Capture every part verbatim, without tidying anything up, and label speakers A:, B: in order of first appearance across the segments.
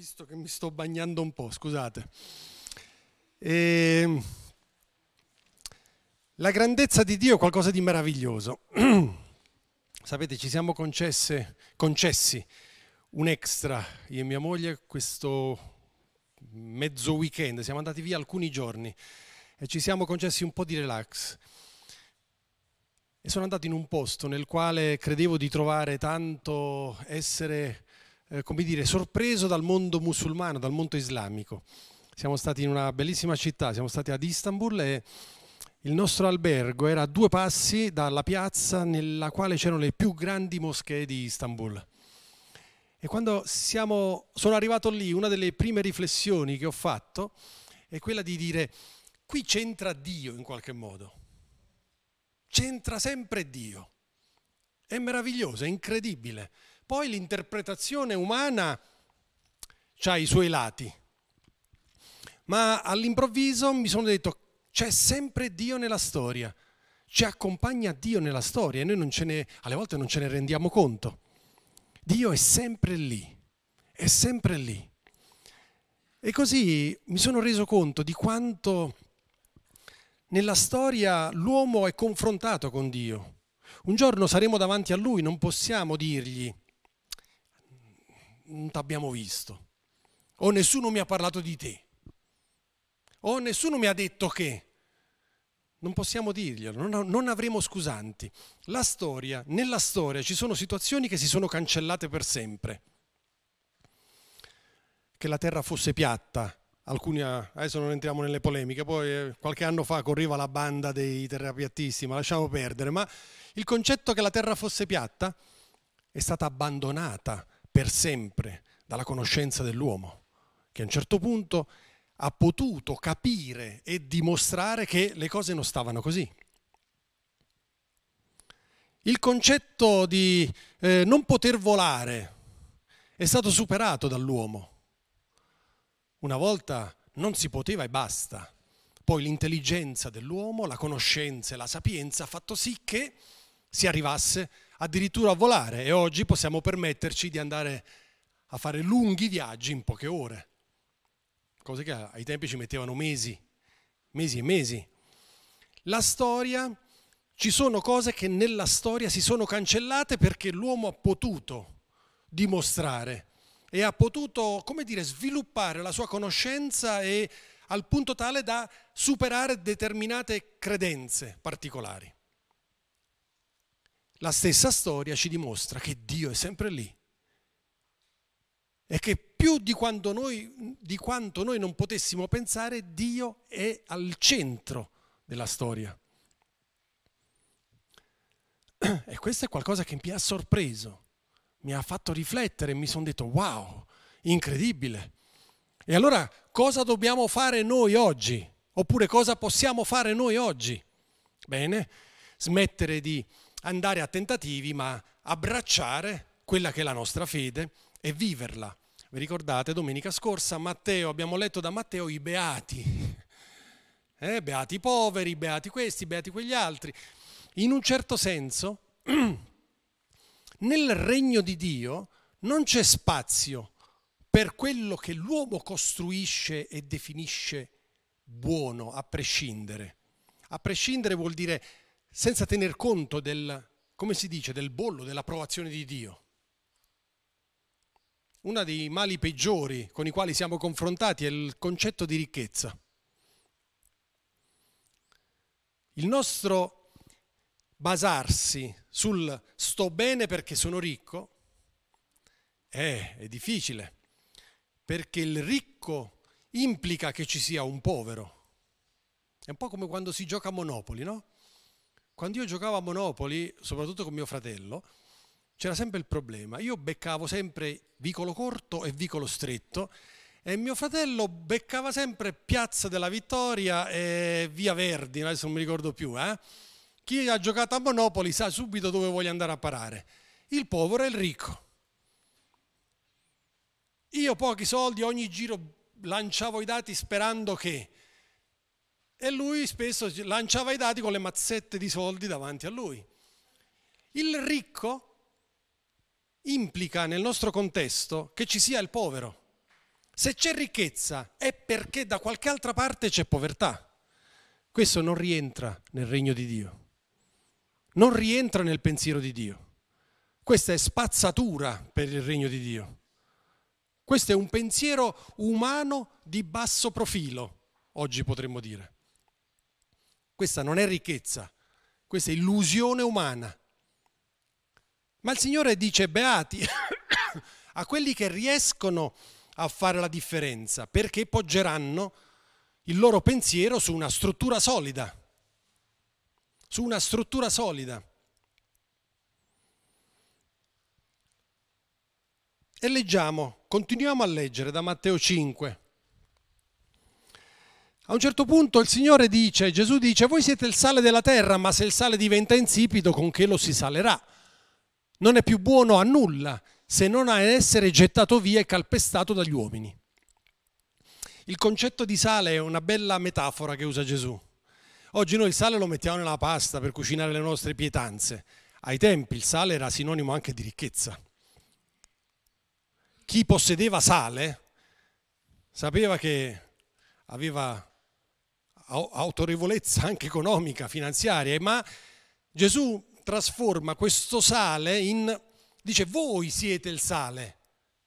A: visto che mi sto bagnando un po', scusate. E... La grandezza di Dio è qualcosa di meraviglioso. Sapete, ci siamo concesse, concessi un extra, io e mia moglie, questo mezzo weekend, siamo andati via alcuni giorni e ci siamo concessi un po' di relax. E sono andato in un posto nel quale credevo di trovare tanto essere, eh, come dire, sorpreso dal mondo musulmano, dal mondo islamico. Siamo stati in una bellissima città, siamo stati ad Istanbul e il nostro albergo era a due passi dalla piazza nella quale c'erano le più grandi moschee di Istanbul. E quando siamo, sono arrivato lì, una delle prime riflessioni che ho fatto è quella di dire: qui c'entra Dio in qualche modo. C'entra sempre Dio. È meraviglioso, è incredibile. Poi l'interpretazione umana ha i suoi lati. Ma all'improvviso mi sono detto: c'è sempre Dio nella storia. Ci accompagna Dio nella storia e noi non ce ne, alle volte non ce ne rendiamo conto. Dio è sempre lì, è sempre lì. E così mi sono reso conto di quanto nella storia l'uomo è confrontato con Dio. Un giorno saremo davanti a Lui, non possiamo dirgli: non t'abbiamo visto, o nessuno mi ha parlato di te, o nessuno mi ha detto che. Non possiamo dirglielo, non, non avremo scusanti. La storia, nella storia ci sono situazioni che si sono cancellate per sempre. Che la terra fosse piatta, alcuni, adesso non entriamo nelle polemiche, poi qualche anno fa correva la banda dei terrapiattisti, ma lasciamo perdere, ma il concetto che la terra fosse piatta è stata abbandonata per sempre dalla conoscenza dell'uomo, che a un certo punto ha potuto capire e dimostrare che le cose non stavano così. Il concetto di eh, non poter volare è stato superato dall'uomo. Una volta non si poteva e basta. Poi l'intelligenza dell'uomo, la conoscenza e la sapienza ha fatto sì che si arrivasse addirittura a volare e oggi possiamo permetterci di andare a fare lunghi viaggi in poche ore. Cose che ai tempi ci mettevano mesi, mesi e mesi. La storia, ci sono cose che nella storia si sono cancellate perché l'uomo ha potuto dimostrare e ha potuto, come dire, sviluppare la sua conoscenza e al punto tale da superare determinate credenze particolari. La stessa storia ci dimostra che Dio è sempre lì. E che più di quanto, noi, di quanto noi non potessimo pensare, Dio è al centro della storia. E questo è qualcosa che mi ha sorpreso, mi ha fatto riflettere e mi sono detto: wow, incredibile. E allora cosa dobbiamo fare noi oggi? Oppure cosa possiamo fare noi oggi? Bene, smettere di andare a tentativi, ma abbracciare quella che è la nostra fede e viverla. Vi ricordate, domenica scorsa Matteo, abbiamo letto da Matteo i beati, eh, beati poveri, beati questi, beati quegli altri. In un certo senso, nel regno di Dio non c'è spazio per quello che l'uomo costruisce e definisce buono, a prescindere. A prescindere vuol dire senza tener conto del, come si dice, del bollo, dell'approvazione di Dio. Uno dei mali peggiori con i quali siamo confrontati è il concetto di ricchezza. Il nostro basarsi sul sto bene perché sono ricco è, è difficile, perché il ricco implica che ci sia un povero. È un po' come quando si gioca a Monopoli, no? Quando io giocavo a Monopoli, soprattutto con mio fratello, c'era sempre il problema, io beccavo sempre vicolo corto e vicolo stretto e mio fratello beccava sempre Piazza della Vittoria e Via Verdi, adesso non mi ricordo più. Eh? Chi ha giocato a Monopoli sa subito dove voglio andare a parare. Il povero e il ricco. Io pochi soldi, ogni giro lanciavo i dati sperando che... E lui spesso lanciava i dati con le mazzette di soldi davanti a lui. Il ricco implica nel nostro contesto che ci sia il povero. Se c'è ricchezza è perché da qualche altra parte c'è povertà. Questo non rientra nel regno di Dio, non rientra nel pensiero di Dio. Questa è spazzatura per il regno di Dio. Questo è un pensiero umano di basso profilo, oggi potremmo dire. Questa non è ricchezza, questa è illusione umana. Ma il Signore dice beati a quelli che riescono a fare la differenza, perché poggeranno il loro pensiero su una struttura solida, su una struttura solida. E leggiamo, continuiamo a leggere da Matteo cinque. A un certo punto il Signore dice, Gesù dice, voi siete il sale della terra, ma se il sale diventa insipido, con che lo si salerà? Non è più buono a nulla, se non a essere gettato via e calpestato dagli uomini. Il concetto di sale è una bella metafora che usa Gesù. Oggi noi il sale lo mettiamo nella pasta per cucinare le nostre pietanze. Ai tempi il sale era sinonimo anche di ricchezza. Chi possedeva sale sapeva che aveva autorevolezza anche economica, finanziaria, ma Gesù trasforma questo sale in, dice, voi siete il sale.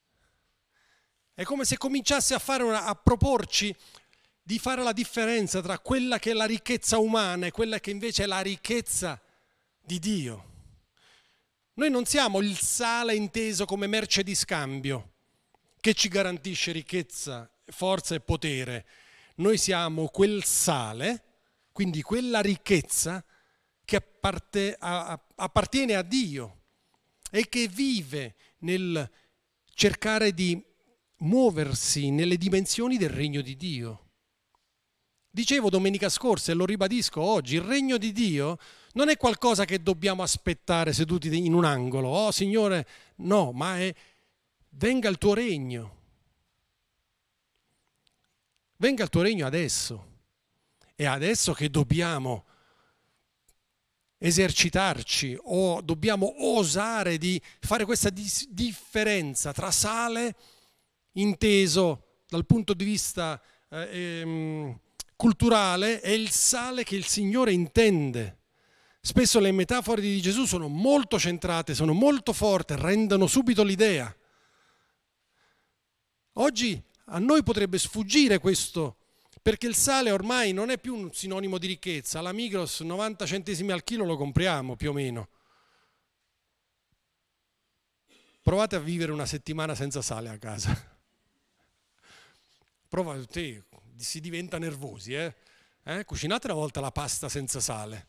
A: È come se cominciasse a, fare una, a proporci di fare la differenza tra quella che è la ricchezza umana e quella che invece è la ricchezza di Dio. Noi non siamo il sale inteso come merce di scambio che ci garantisce ricchezza, forza e potere. Noi siamo quel sale, quindi quella ricchezza che apparte, a, appartiene a Dio e che vive nel cercare di muoversi nelle dimensioni del regno di Dio. Dicevo domenica scorsa e lo ribadisco oggi, il regno di Dio non è qualcosa che dobbiamo aspettare seduti in un angolo. Oh Signore, no, ma è venga il tuo regno. Venga il tuo regno adesso. È adesso che dobbiamo esercitarci o dobbiamo osare di fare questa dis- differenza tra sale inteso dal punto di vista eh, ehm, culturale e il sale che il Signore intende. Spesso le metafore di Gesù sono molto centrate, sono molto forti, rendono subito l'idea. Oggi a noi potrebbe sfuggire questo, perché il sale ormai non è più un sinonimo di ricchezza. Alla Migros novanta centesimi al chilo lo compriamo più o meno. Provate a vivere una settimana senza sale a casa. Prova, te, si diventa nervosi, eh? eh? Cucinate una volta la pasta senza sale.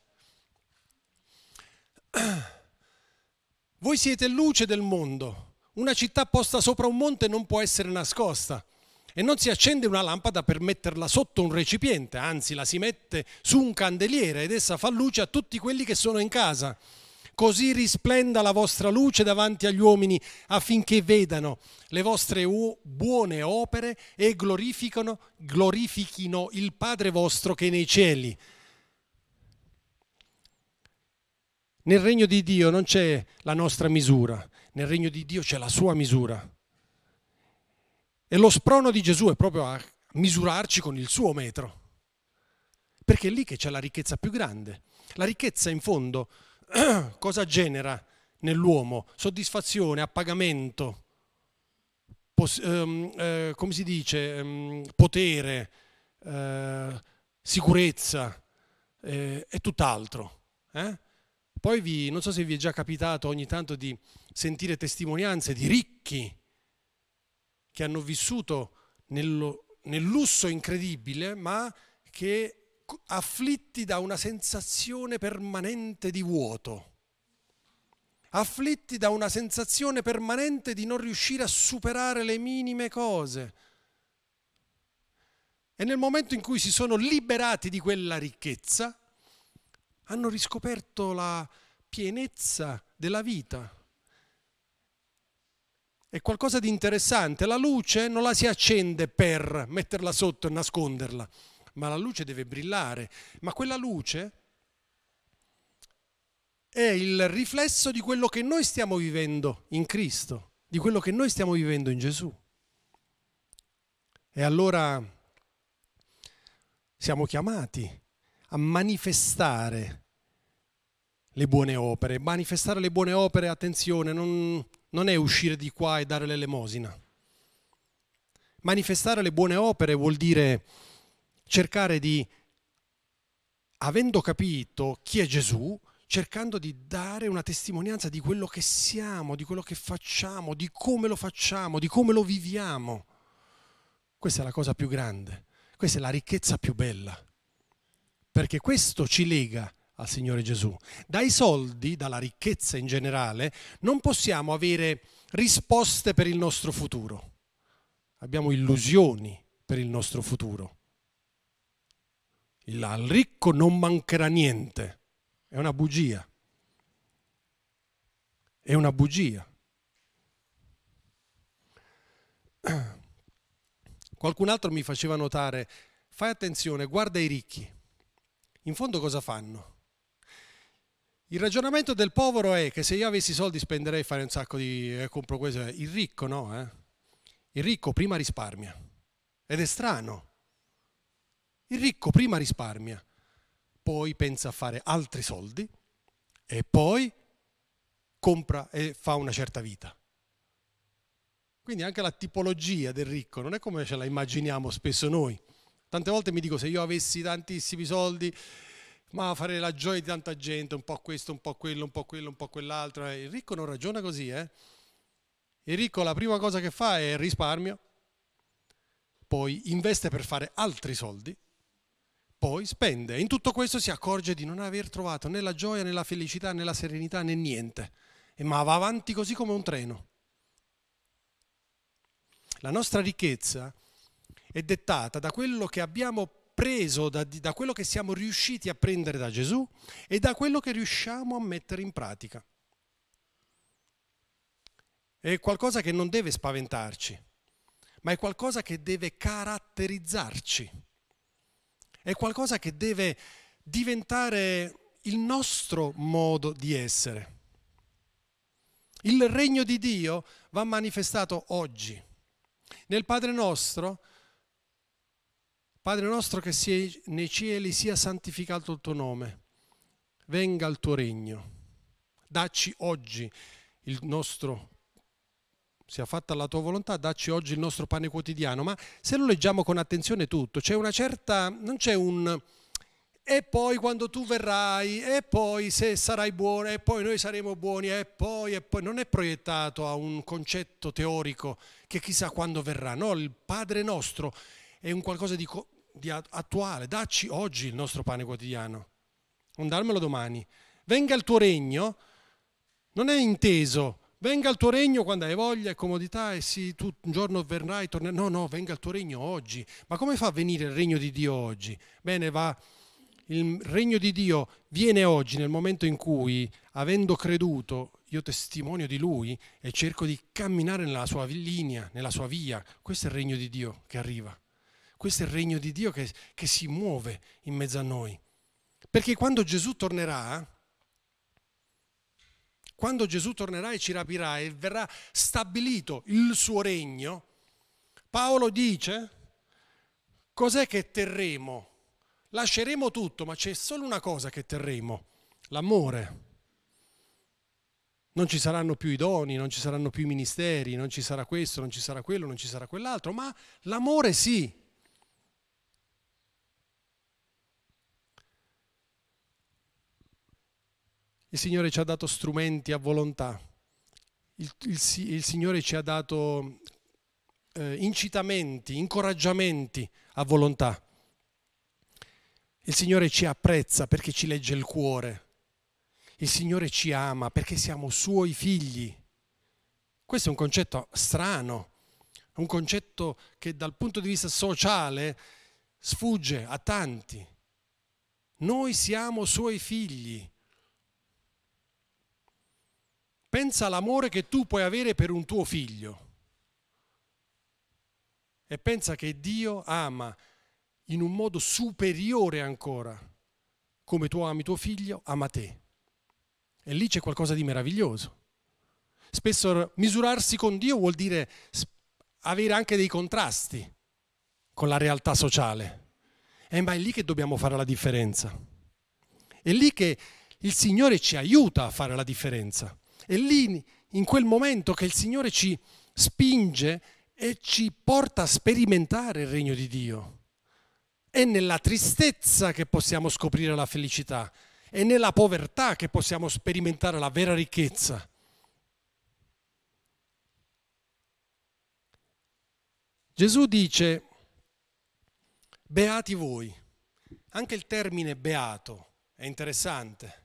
A: Voi siete luce del mondo. Una città posta sopra un monte non può essere nascosta. E non si accende una lampada per metterla sotto un recipiente, anzi la si mette su un candeliere ed essa fa luce a tutti quelli che sono in casa. Così risplenda la vostra luce davanti agli uomini affinché vedano le vostre buone opere e glorificano, glorifichino il Padre vostro che è nei cieli. Nel regno di Dio non c'è la nostra misura, nel regno di Dio c'è la sua misura. E lo sprono di Gesù è proprio a misurarci con il suo metro, perché è lì che c'è la ricchezza più grande. La ricchezza in fondo cosa genera nell'uomo? Soddisfazione, appagamento, pos- ehm, eh, come si dice, ehm, potere, eh, sicurezza eh, e tutt'altro. Eh? Poi vi, non so se vi è già capitato ogni tanto di sentire testimonianze di ricchi che hanno vissuto nello, nel lusso incredibile, ma che afflitti da una sensazione permanente di vuoto, afflitti da una sensazione permanente di non riuscire a superare le minime cose. E nel momento in cui si sono liberati di quella ricchezza, hanno riscoperto la pienezza della vita. È qualcosa di interessante. La luce non la si accende per metterla sotto e nasconderla, ma la luce deve brillare. Ma quella luce è il riflesso di quello che noi stiamo vivendo in Cristo, di quello che noi stiamo vivendo in Gesù. E allora siamo chiamati a manifestare le buone opere. Manifestare le buone opere, attenzione, non, non è uscire di qua e dare l'elemosina. Manifestare le buone opere vuol dire cercare di, avendo capito chi è Gesù, cercando di dare una testimonianza di quello che siamo, di quello che facciamo, di come lo facciamo, di come lo viviamo. Questa è la cosa più grande, questa è la ricchezza più bella, perché questo ci lega al Signore Gesù. Dai soldi, dalla ricchezza in generale, non possiamo avere risposte per il nostro futuro. Abbiamo illusioni per il nostro futuro. Il, al ricco non mancherà niente. È una bugia. È una bugia. Qualcun altro mi faceva notare, fai attenzione, guarda i ricchi. In fondo cosa fanno? Il ragionamento del povero è che se io avessi soldi spenderei, fare un sacco di... Eh, compro questo. Il ricco no, eh? Il ricco prima risparmia. Ed è strano. Il ricco prima risparmia, poi pensa a fare altri soldi e poi compra e fa una certa vita. Quindi anche la tipologia del ricco non è come ce la immaginiamo spesso noi. Tante volte mi dico, se io avessi tantissimi soldi, ma farei la gioia di tanta gente, un po' questo, un po' quello, un po' quello, un po' quell'altro. Il ricco non ragiona così, eh? Il ricco la prima cosa che fa è risparmio, poi investe per fare altri soldi, poi spende. In tutto questo si accorge di non aver trovato né la gioia, né la felicità, né la serenità, né niente. E ma va avanti così come un treno. La nostra ricchezza è dettata da quello che abbiamo preso, da, da quello che siamo riusciti a prendere da Gesù e da quello che riusciamo a mettere in pratica. È qualcosa che non deve spaventarci, ma è qualcosa che deve caratterizzarci. È qualcosa che deve diventare il nostro modo di essere. Il regno di Dio va manifestato oggi. Nel Padre nostro, Padre nostro che sei nei cieli, sia santificato il tuo nome, venga il tuo regno. Dacci oggi il nostro, sia fatta la tua volontà, dacci oggi il nostro pane quotidiano. Ma se lo leggiamo con attenzione tutto, c'è una certa, non c'è un e poi quando tu verrai, e poi se sarai buono, e poi noi saremo buoni, e poi, e poi, non è proiettato a un concetto teorico che chissà quando verrà. No, il Padre nostro è un qualcosa di, di attuale. Dacci oggi il nostro pane quotidiano, non darmelo domani. Venga il tuo regno, non è inteso venga il tuo regno quando hai voglia e comodità e sì, tu un giorno verrai, tornerai. No, no, venga il tuo regno oggi. Ma come fa a venire il regno di Dio oggi? Bene, va, il regno di Dio viene oggi nel momento in cui, avendo creduto, io testimonio di Lui e cerco di camminare nella sua linea, nella sua via. Questo è il regno di Dio che arriva. Questo è il regno di Dio che, che si muove in mezzo a noi. Perché quando Gesù tornerà, quando Gesù tornerà e ci rapirà e verrà stabilito il suo regno, Paolo dice, cos'è che terremo? Lasceremo tutto, ma c'è solo una cosa che terremo, l'amore. Non ci saranno più i doni, non ci saranno più i ministeri, non ci sarà questo, non ci sarà quello, non ci sarà quell'altro, ma l'amore sì. Il Signore ci ha dato strumenti a volontà, il, il, il Signore ci ha dato eh, incitamenti, incoraggiamenti a volontà. Il Signore ci apprezza perché ci legge il cuore. Il Signore ci ama perché siamo Suoi figli. Questo è un concetto strano, un concetto che dal punto di vista sociale sfugge a tanti. Noi siamo Suoi figli. Pensa all'amore che tu puoi avere per un tuo figlio e pensa che Dio ama in un modo superiore ancora, come tu ami tuo figlio, ama te. E lì c'è qualcosa di meraviglioso. Spesso misurarsi con Dio vuol dire avere anche dei contrasti. con la realtà sociale. Eh, ma è lì che dobbiamo fare la differenza. È lì che il Signore ci aiuta a fare la differenza. È lì, in quel momento, che il Signore ci spinge e ci porta a sperimentare il regno di Dio. È nella tristezza che possiamo scoprire la felicità. È nella povertà che possiamo sperimentare la vera ricchezza. Gesù dice: beati voi. Anche il termine beato è interessante.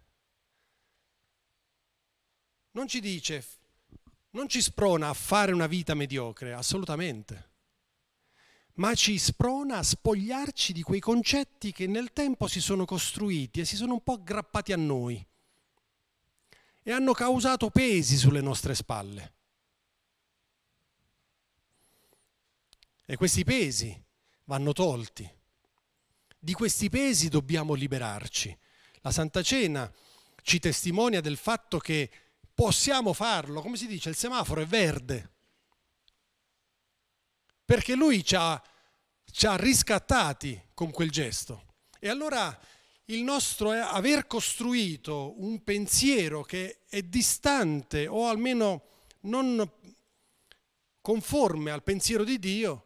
A: Non ci dice, non ci sprona a fare una vita mediocre, assolutamente, ma ci sprona a spogliarci di quei concetti che nel tempo si sono costruiti e si sono un po' aggrappati a noi e hanno causato pesi sulle nostre spalle. E questi pesi vanno tolti. Di questi pesi dobbiamo liberarci. La Santa Cena ci testimonia del fatto che possiamo farlo. Come si dice? Il semaforo è verde. Perché Lui ci ha, ci ha riscattati con quel gesto. E allora il nostro è aver costruito un pensiero che è distante o almeno non conforme al pensiero di Dio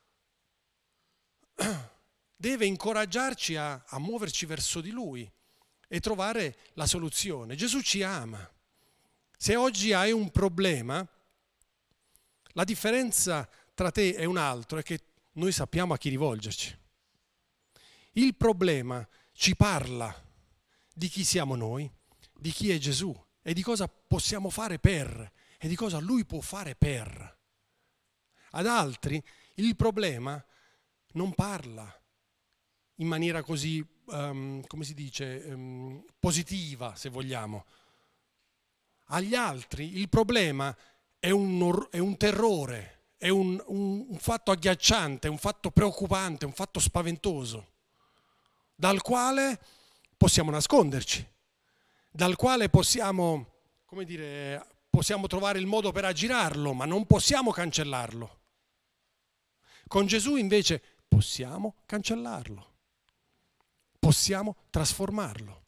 A: deve incoraggiarci a, a muoverci verso di Lui e trovare la soluzione. Gesù ci ama. Se oggi hai un problema, la differenza tra te e un altro è che noi sappiamo a chi rivolgerci. Il problema ci parla di chi siamo noi, di chi è Gesù e di cosa possiamo fare per e di cosa Lui può fare per. Ad altri il problema non parla in maniera così, um, come si dice, um, positiva, se vogliamo. Agli altri il problema è un, or- è un terrore, è un, un, un fatto agghiacciante, un fatto preoccupante, un fatto spaventoso, dal quale possiamo nasconderci, dal quale possiamo, come dire, possiamo trovare il modo per aggirarlo, ma non possiamo cancellarlo. Con Gesù invece possiamo cancellarlo. Possiamo trasformarlo.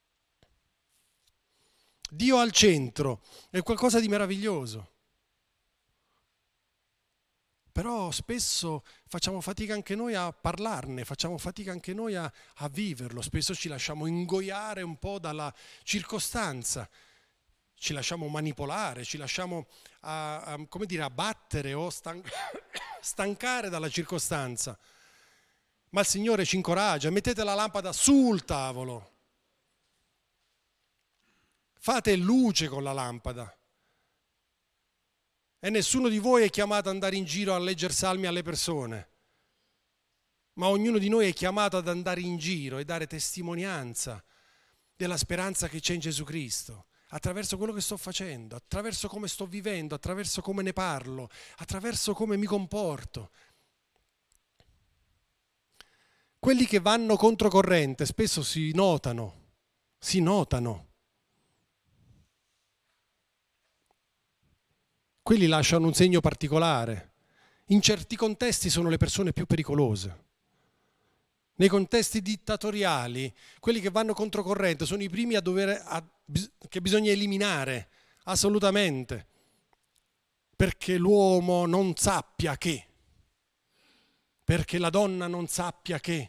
A: Dio al centro è qualcosa di meraviglioso. Però spesso facciamo fatica anche noi a parlarne, facciamo fatica anche noi a, a viverlo. Spesso ci lasciamo ingoiare un po' dalla circostanza, ci lasciamo manipolare, ci lasciamo a, a, come dire, abbattere o stan- stancare dalla circostanza. Ma il Signore ci incoraggia: mettete la lampada sul tavolo, fate luce con la lampada. E nessuno di voi è chiamato ad andare in giro a leggere salmi alle persone, ma ognuno di noi è chiamato ad andare in giro e dare testimonianza della speranza che c'è in Gesù Cristo, attraverso quello che sto facendo, attraverso come sto vivendo, attraverso come ne parlo, attraverso come mi comporto. Quelli che vanno controcorrente spesso si notano, si notano. Quelli lasciano un segno particolare. In certi contesti sono le persone più pericolose. Nei contesti dittatoriali, quelli che vanno controcorrente sono i primi a dover, a, che bisogna eliminare, assolutamente, perché l'uomo non sappia che, perché la donna non sappia che.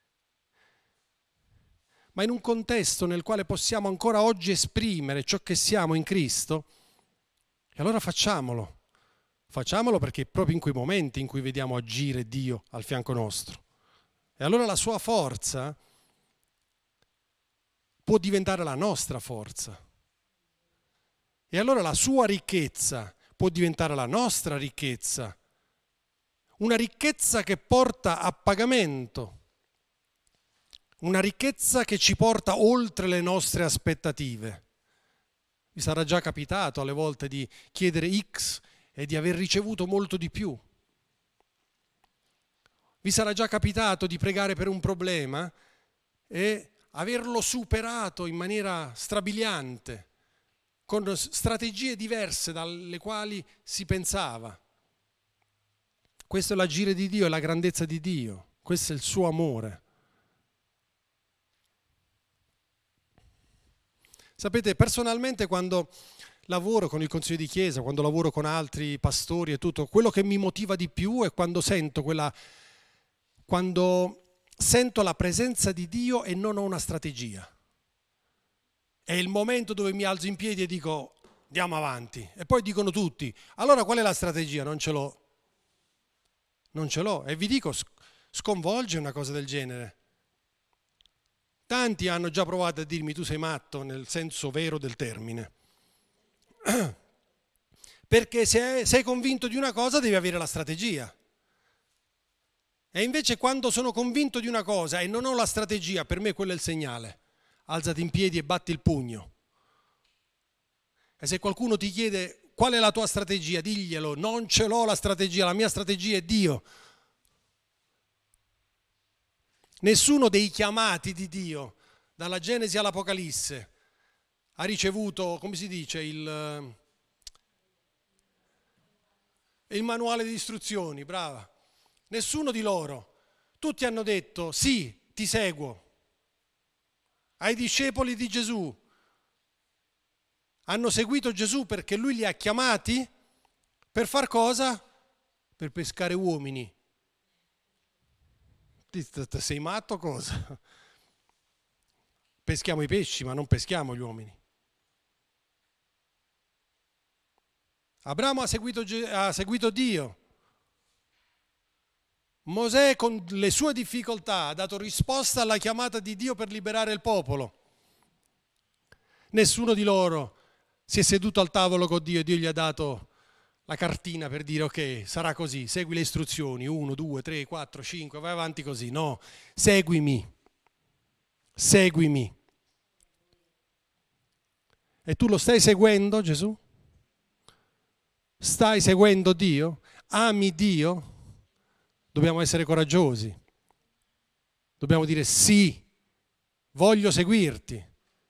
A: Ma in un contesto nel quale possiamo ancora oggi esprimere ciò che siamo in Cristo, e allora facciamolo, facciamolo perché è proprio in quei momenti in cui vediamo agire Dio al fianco nostro. E allora la sua forza può diventare la nostra forza. E allora la sua ricchezza può diventare la nostra ricchezza. Una ricchezza che porta a pagamento. Una ricchezza che ci porta oltre le nostre aspettative. Vi sarà già capitato alle volte di chiedere X e di aver ricevuto molto di più. Vi sarà già capitato di pregare per un problema e averlo superato in maniera strabiliante, con strategie diverse dalle quali si pensava. Questo è l'agire di Dio, è la grandezza di Dio, questo è il suo amore. Sapete, personalmente quando lavoro con il Consiglio di Chiesa, quando lavoro con altri pastori e tutto, quello che mi motiva di più è quando sento quella, quando sento la presenza di Dio e non ho una strategia. È il momento dove mi alzo in piedi e dico andiamo avanti. E poi dicono tutti, allora qual è la strategia? Non ce l'ho. Non ce l'ho. E vi dico, sconvolge una cosa del genere. Tanti hanno già provato a dirmi tu sei matto nel senso vero del termine. Perché se sei convinto di una cosa devi avere la strategia. E invece quando sono convinto di una cosa e non ho la strategia, per me quello è il segnale. Alzati in piedi e batti il pugno. E se qualcuno ti chiede qual è la tua strategia, diglielo, non ce l'ho la strategia, la mia strategia è Dio. Nessuno dei chiamati di Dio, dalla Genesi all'Apocalisse, ha ricevuto, come si dice, il, il manuale di istruzioni, brava. Nessuno di loro. Tutti hanno detto, sì, ti seguo. Ai discepoli di Gesù. Hanno seguito Gesù perché lui li ha chiamati per far cosa? Per pescare uomini. Sei matto o cosa? Peschiamo i pesci, ma non peschiamo gli uomini. Abramo ha seguito, ha seguito Dio. Mosè con le sue difficoltà ha dato risposta alla chiamata di Dio per liberare il popolo. Nessuno di loro si è seduto al tavolo con Dio e Dio gli ha dato la cartina per dire ok, sarà così, segui le istruzioni, uno, due, tre, quattro, cinque, vai avanti così. No, seguimi, seguimi. E tu lo stai seguendo, Gesù? Stai seguendo Dio? Ami Dio? Dobbiamo essere coraggiosi. Dobbiamo dire sì, voglio seguirti.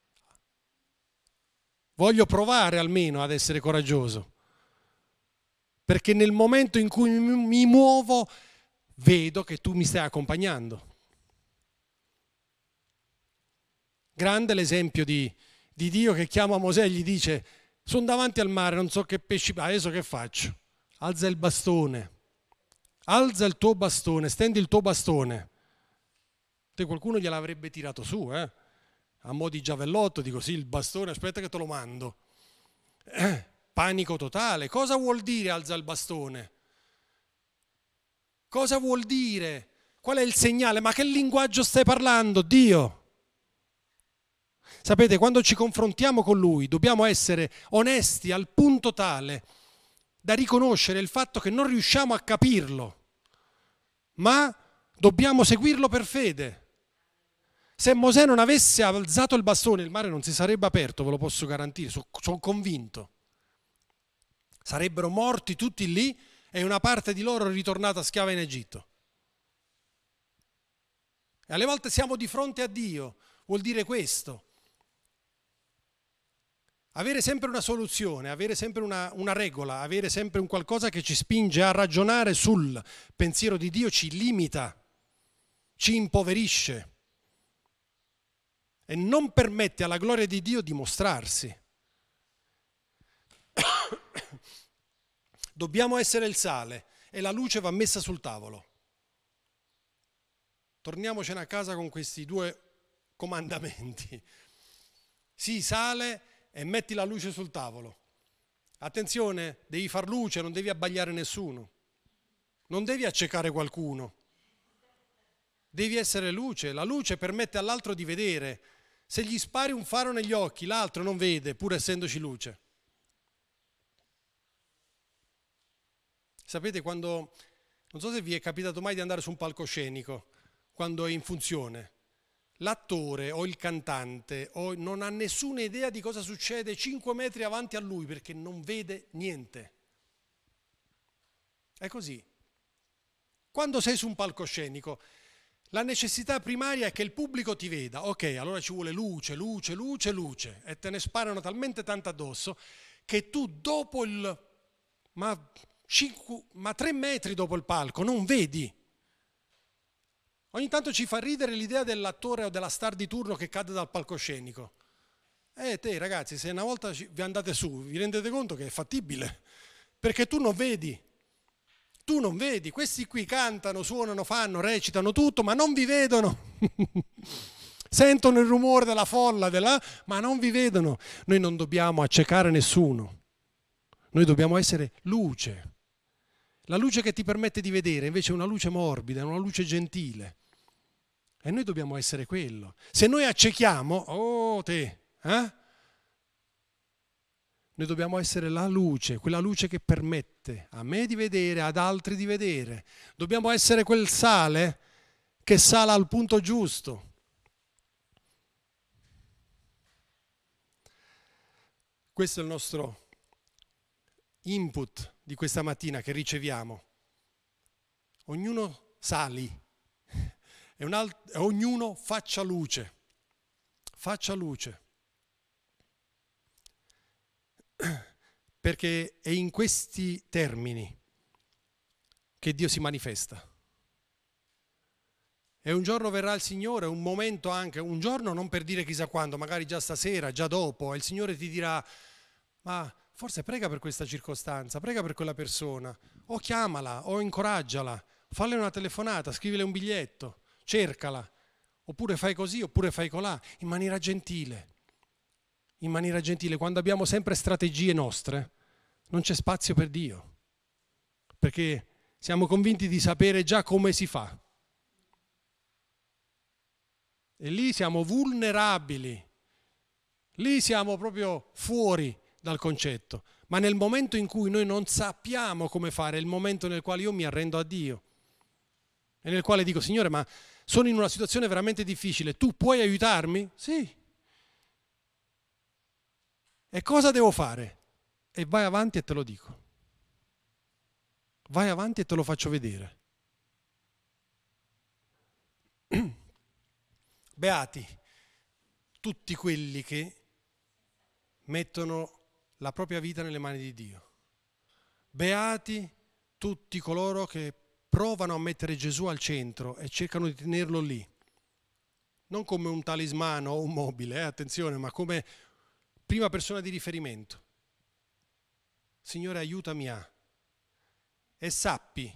A: Voglio provare almeno ad essere coraggioso. Perché nel momento in cui mi muovo, vedo che tu mi stai accompagnando. Grande l'esempio di, di Dio che chiama Mosè e gli dice, sono davanti al mare, non so che pesci, adesso che faccio? Alza il bastone, alza il tuo bastone, stendi il tuo bastone. Te qualcuno gliel'avrebbe tirato su, eh? A mo' di giavellotto, dico sì, il bastone, aspetta che te lo mando. Eh, panico totale. Cosa vuol dire alza il bastone? Cosa vuol dire? Qual è il segnale? Ma che linguaggio stai parlando, Dio? Sapete, quando ci confrontiamo con Lui dobbiamo essere onesti al punto tale da riconoscere il fatto che non riusciamo a capirlo, ma dobbiamo seguirlo per fede. Se Mosè non avesse alzato il bastone, il mare non si sarebbe aperto, ve lo posso garantire, sono, sono convinto. Sarebbero morti tutti lì e una parte di loro ritornata schiava in Egitto. E alle volte siamo di fronte a Dio, vuol dire questo. Avere sempre una soluzione, avere sempre una, una regola, avere sempre un qualcosa che ci spinge a ragionare sul pensiero di Dio ci limita, ci impoverisce. E non permette alla gloria di Dio di mostrarsi. Dobbiamo essere il sale e la luce va messa sul tavolo. Torniamocene a casa con questi due comandamenti. Sii sale e metti la luce sul tavolo. Attenzione, devi far luce, non devi abbagliare nessuno. Non devi accecare qualcuno. Devi essere luce. La luce permette all'altro di vedere. Se gli spari un faro negli occhi, l'altro non vede, pur essendoci luce. Sapete quando, non so se vi è capitato mai di andare su un palcoscenico, quando è in funzione, l'attore o il cantante o non ha nessuna idea di cosa succede cinque metri avanti a lui perché non vede niente. È così. Quando sei su un palcoscenico, la necessità primaria è che il pubblico ti veda. Ok, allora ci vuole luce, luce, luce, luce. E te ne sparano talmente tanto addosso che tu dopo il... ma cinque, ma tre metri dopo il palco, non vedi. Ogni tanto ci fa ridere l'idea dell'attore o della star di turno che cade dal palcoscenico. Eh te ragazzi, se una volta vi andate su, vi rendete conto che è fattibile, perché tu non vedi, tu non vedi, questi qui cantano, suonano, fanno, recitano tutto, ma non vi vedono. Sentono il rumore della folla, della, ma non vi vedono. Noi non dobbiamo accecare nessuno, noi dobbiamo essere luce. La luce che ti permette di vedere invece è una luce morbida, è una luce gentile. E noi dobbiamo essere quello. Se noi accechiamo, oh te, eh? Noi dobbiamo essere la luce, quella luce che permette a me di vedere, ad altri di vedere. Dobbiamo essere quel sale che sala al punto giusto. Questo è il nostro input di questa mattina che riceviamo. Ognuno sali e, un alt- e ognuno faccia luce. Faccia luce. Perché è in questi termini che Dio si manifesta. E un giorno verrà il Signore, un momento anche, un giorno non per dire chissà quando, magari già stasera, già dopo, e il Signore ti dirà, ma forse prega per questa circostanza, prega per quella persona, o chiamala, o incoraggiala, falle una telefonata, scrivile un biglietto, cercala, oppure fai così, oppure fai colà, in maniera gentile. In maniera gentile, quando abbiamo sempre strategie nostre, non c'è spazio per Dio, perché siamo convinti di sapere già come si fa. E lì siamo vulnerabili, lì siamo proprio fuori dal concetto. Ma nel momento in cui noi non sappiamo come fare, è il momento nel quale io mi arrendo a Dio e nel quale dico, Signore, ma sono in una situazione veramente difficile, tu puoi aiutarmi? Sì. E cosa devo fare? E vai avanti e te lo dico. Vai avanti e te lo faccio vedere. Beati tutti quelli che mettono la propria vita nelle mani di Dio. Beati tutti coloro che provano a mettere Gesù al centro e cercano di tenerlo lì. Non come un talismano o un mobile, eh, attenzione, ma come prima persona di riferimento. Signore, aiutami a. E sappi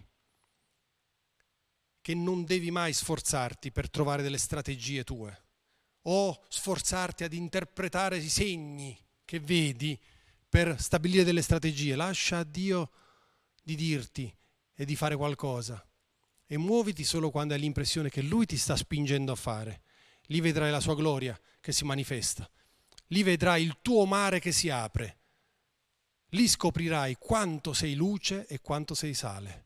A: che non devi mai sforzarti per trovare delle strategie tue o sforzarti ad interpretare i segni che vedi per stabilire delle strategie. Lascia a Dio di dirti e di fare qualcosa e muoviti solo quando hai l'impressione che Lui ti sta spingendo a fare. Lì vedrai la sua gloria che si manifesta. Lì vedrai il tuo mare che si apre. Lì scoprirai quanto sei luce e quanto sei sale.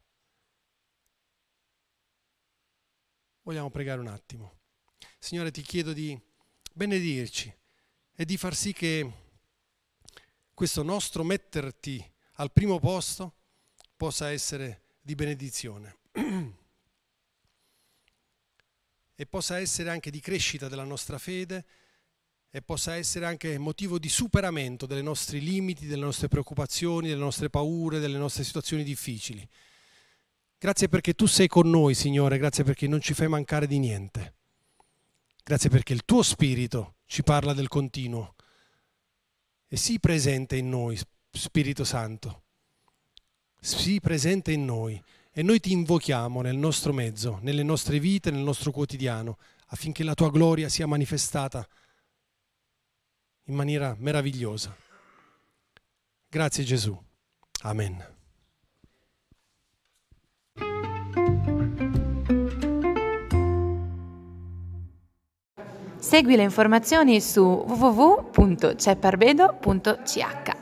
A: Vogliamo pregare un attimo. Signore, ti chiedo di benedirci e di far sì che questo nostro metterti al primo posto possa essere di benedizione e possa essere anche di crescita della nostra fede e possa essere anche motivo di superamento dei nostri limiti, delle nostre preoccupazioni, delle nostre paure, delle nostre situazioni difficili. Grazie perché tu sei con noi, Signore, grazie perché non ci fai mancare di niente. Grazie perché il tuo Spirito ci parla del continuo. E sii presente in noi, Spirito Santo. Sii presente in noi. E noi ti invochiamo nel nostro mezzo, nelle nostre vite, nel nostro quotidiano, affinché la tua gloria sia manifestata in maniera meravigliosa. Grazie Gesù. Amen.
B: Segui le informazioni su w w w punto cepparbedo punto c h.